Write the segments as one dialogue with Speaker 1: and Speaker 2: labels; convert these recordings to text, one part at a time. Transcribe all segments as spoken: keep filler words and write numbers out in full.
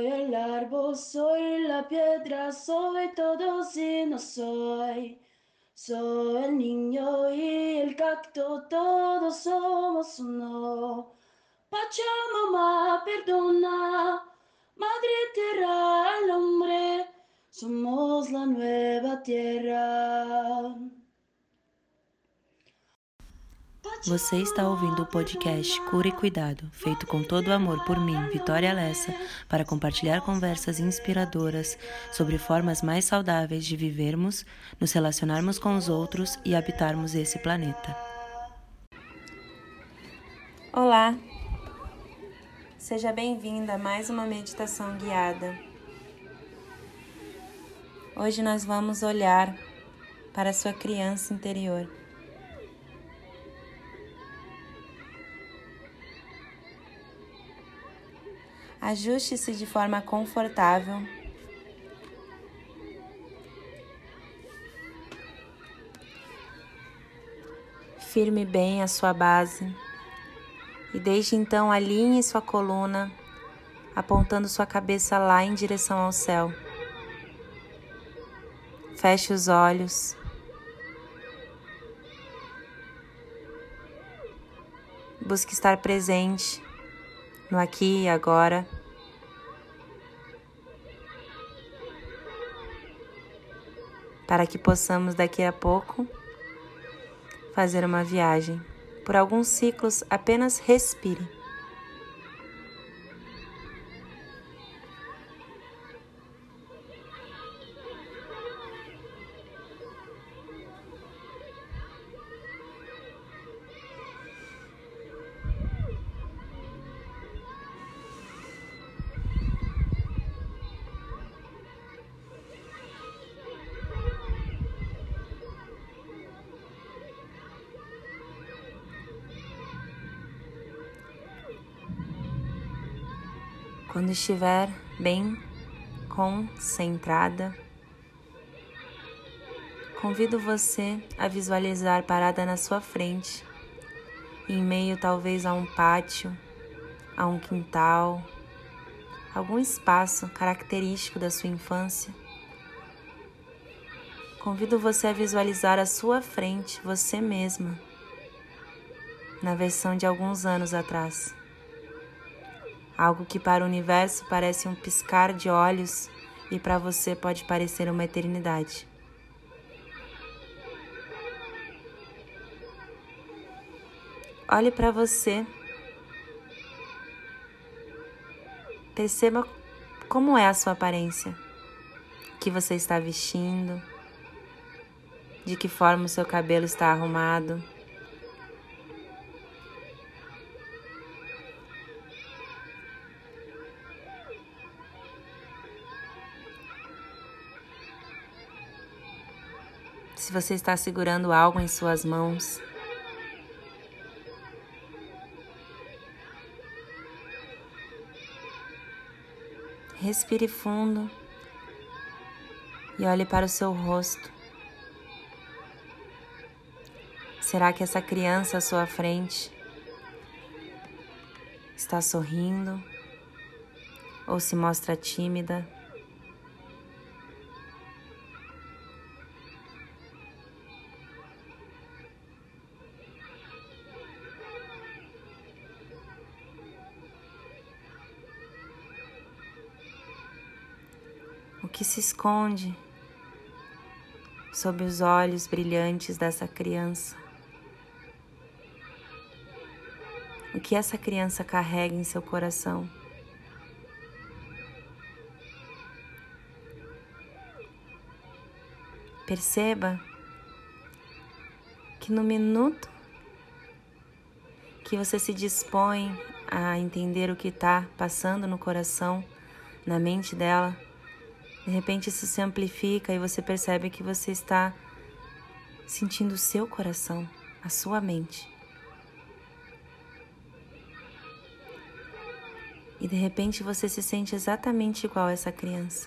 Speaker 1: Soy el árbol, soy la piedra, soy todo si no soy. Soy el niño y el cacto, todos somos uno. Pachamama, perdona, madre tierra, el hombre, somos la nueva tierra.
Speaker 2: Você está ouvindo o podcast Cura e Cuidado, feito com todo o amor por mim, Vitória Lessa, para compartilhar conversas inspiradoras sobre formas mais saudáveis de vivermos, nos relacionarmos com os outros e habitarmos esse planeta. Olá! Seja bem-vinda a mais uma meditação guiada. Hoje nós vamos olhar para a sua criança interior. Ajuste-se de forma confortável. Firme bem a sua base e desde então alinhe sua coluna, apontando sua cabeça lá em direção ao céu. Feche os olhos. Busque estar presente no aqui e agora. Para que possamos daqui a pouco fazer uma viagem. Por alguns ciclos, apenas respire. Quando estiver bem concentrada, convido você a visualizar parada na sua frente, em meio talvez a um pátio, a um quintal, algum espaço característico da sua infância. Convido você a visualizar à sua frente você mesma, na versão de alguns anos atrás. Algo que para o universo parece um piscar de olhos e para você pode parecer uma eternidade. Olhe para você. Perceba como é a sua aparência. O que você está vestindo. De que forma o seu cabelo está arrumado. Se você está segurando algo em suas mãos. Respire fundo e olhe para o seu rosto. Será que essa criança à sua frente está sorrindo ou se mostra tímida? O que se esconde sob os olhos brilhantes dessa criança? O que essa criança carrega em seu coração? Perceba que no minuto que você se dispõe a entender o que está passando no coração, na mente dela, de repente isso se amplifica e você percebe que você está sentindo o seu coração, a sua mente. E de repente você se sente exatamente igual a essa criança.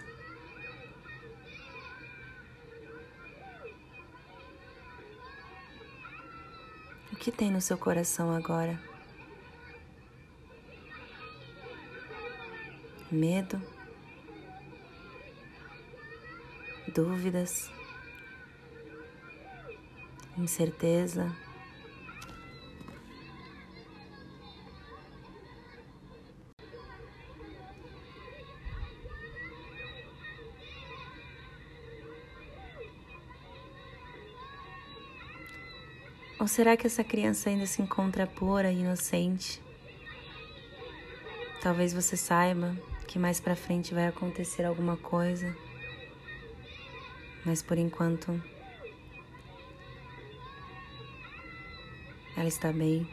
Speaker 2: O que tem no seu coração agora? Medo? dúvidas, incerteza. Ou será que essa criança ainda se encontra pura e inocente? Talvez você saiba que mais pra frente vai acontecer alguma coisa, mas por enquanto ela está bem.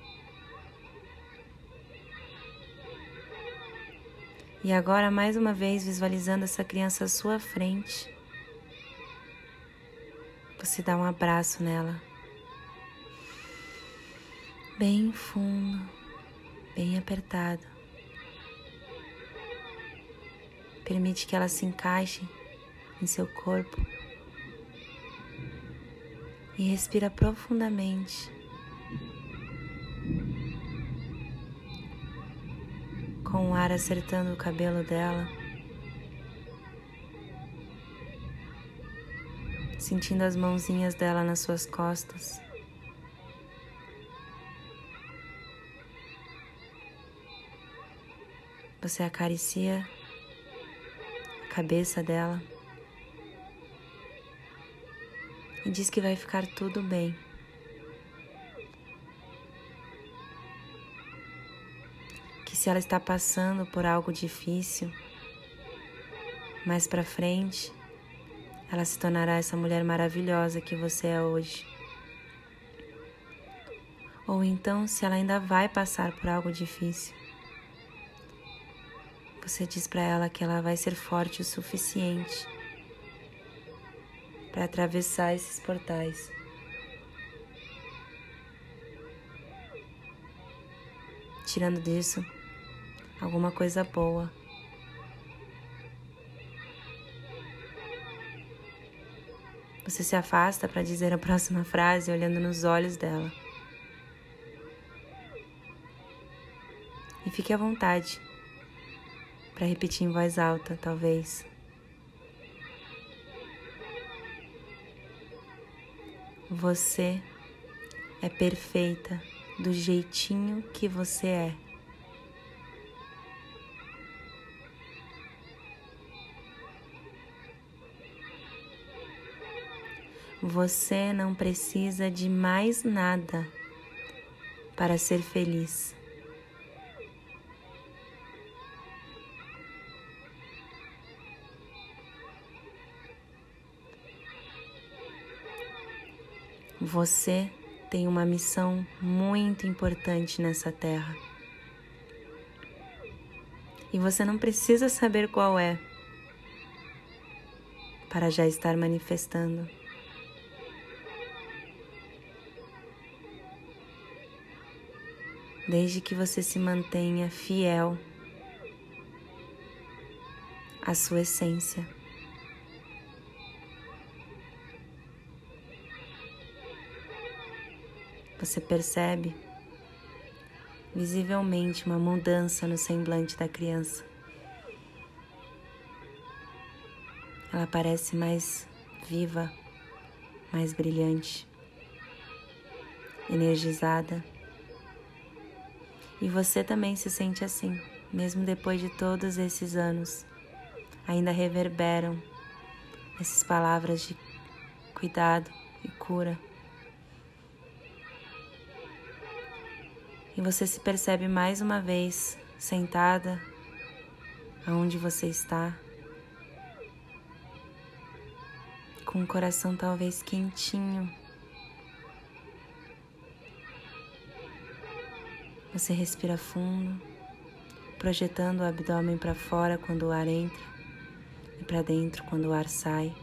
Speaker 2: E agora, mais uma vez, visualizando essa criança à sua frente, você dá um abraço nela. Bem fundo, bem apertado. Permite que ela se encaixe em seu corpo e respira profundamente, com o ar acertando o cabelo dela, sentindo as mãozinhas dela nas suas costas. Você acaricia a cabeça dela e diz que vai ficar tudo bem. Que se ela está passando por algo difícil, mais pra frente, ela se tornará essa mulher maravilhosa que você é hoje. Ou então, se ela ainda vai passar por algo difícil, você diz pra ela que ela vai ser forte o suficiente para atravessar esses portais. Tirando disso alguma coisa boa. Você se afasta para dizer a próxima frase olhando nos olhos dela. E fique à vontade para repetir em voz alta, talvez. Você é perfeita do jeitinho que você é. Você não precisa de mais nada para ser feliz. Você tem uma missão muito importante nessa terra. E você não precisa saber qual é para já estar manifestando. Desde que você se mantenha fiel à sua essência. Você percebe visivelmente uma mudança no semblante da criança. Ela parece mais viva, mais brilhante, energizada. E você também se sente assim, mesmo depois de todos esses anos. Ainda reverberam essas palavras de cuidado e cura. E você se percebe mais uma vez sentada aonde você está, com o coração talvez quentinho. Você respira fundo, projetando o abdômen para fora quando o ar entra e para dentro quando o ar sai.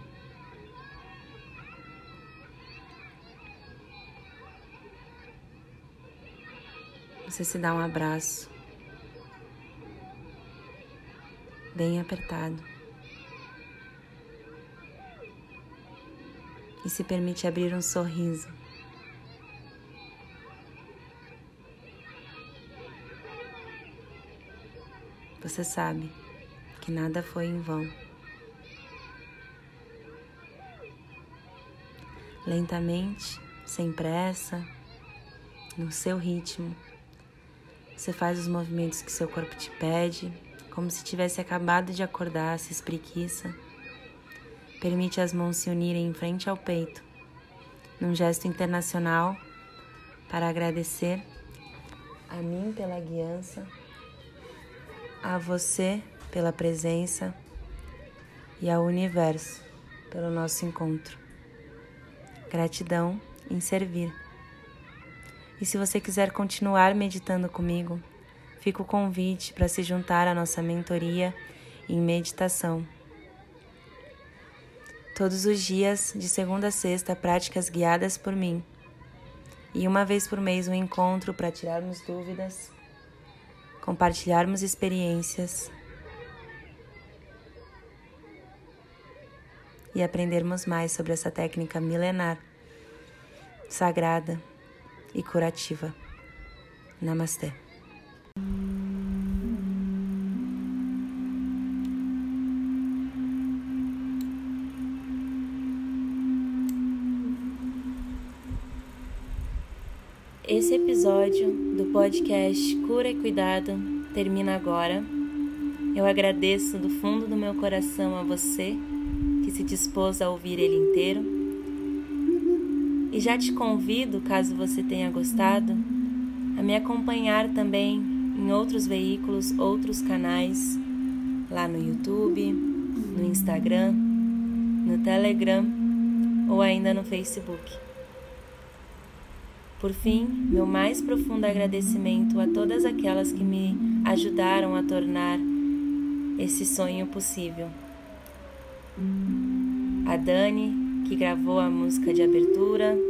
Speaker 2: Você se dá um abraço, bem apertado, e se permite abrir um sorriso. Você sabe que nada foi em vão. lentamente, sem pressa, no seu ritmo. Você faz os movimentos que seu corpo te pede, como se tivesse acabado de acordar, se espreguiça. Permite as mãos se unirem em frente ao peito, num gesto internacional para agradecer a mim pela guiança, a você pela presença e ao universo pelo nosso encontro. Gratidão em servir. E se você quiser continuar meditando comigo, fica o convite para se juntar à nossa mentoria em meditação. Todos os dias, de segunda a sexta, práticas guiadas por mim. E uma vez por mês um encontro para tirarmos dúvidas, compartilharmos experiências e aprendermos mais sobre essa técnica milenar, sagrada e curativa. Namastê. Esse episódio do podcast Cura e Cuidado termina agora. Eu agradeço do fundo do meu coração a você que se dispôs a ouvir ele inteiro. E já te convido, caso você tenha gostado, a me acompanhar também em outros veículos, outros canais, lá no YouTube, no Instagram, no Telegram ou ainda no Facebook. Por fim, meu mais profundo agradecimento a todas aquelas que me ajudaram a tornar esse sonho possível. A Dani, que gravou a música de abertura,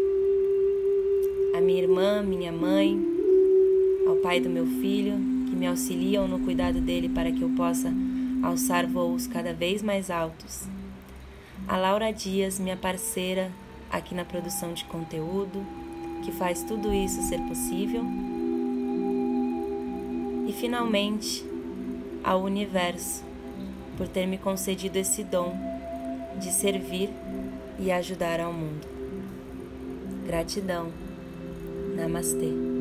Speaker 2: a minha irmã, minha mãe, ao pai do meu filho, que me auxiliam no cuidado dele para que eu possa alçar voos cada vez mais altos. A Laura Dias, minha parceira aqui na produção de conteúdo, que faz tudo isso ser possível. E finalmente, ao universo, por ter me concedido esse dom de servir e ajudar ao mundo. Gratidão. Namastê.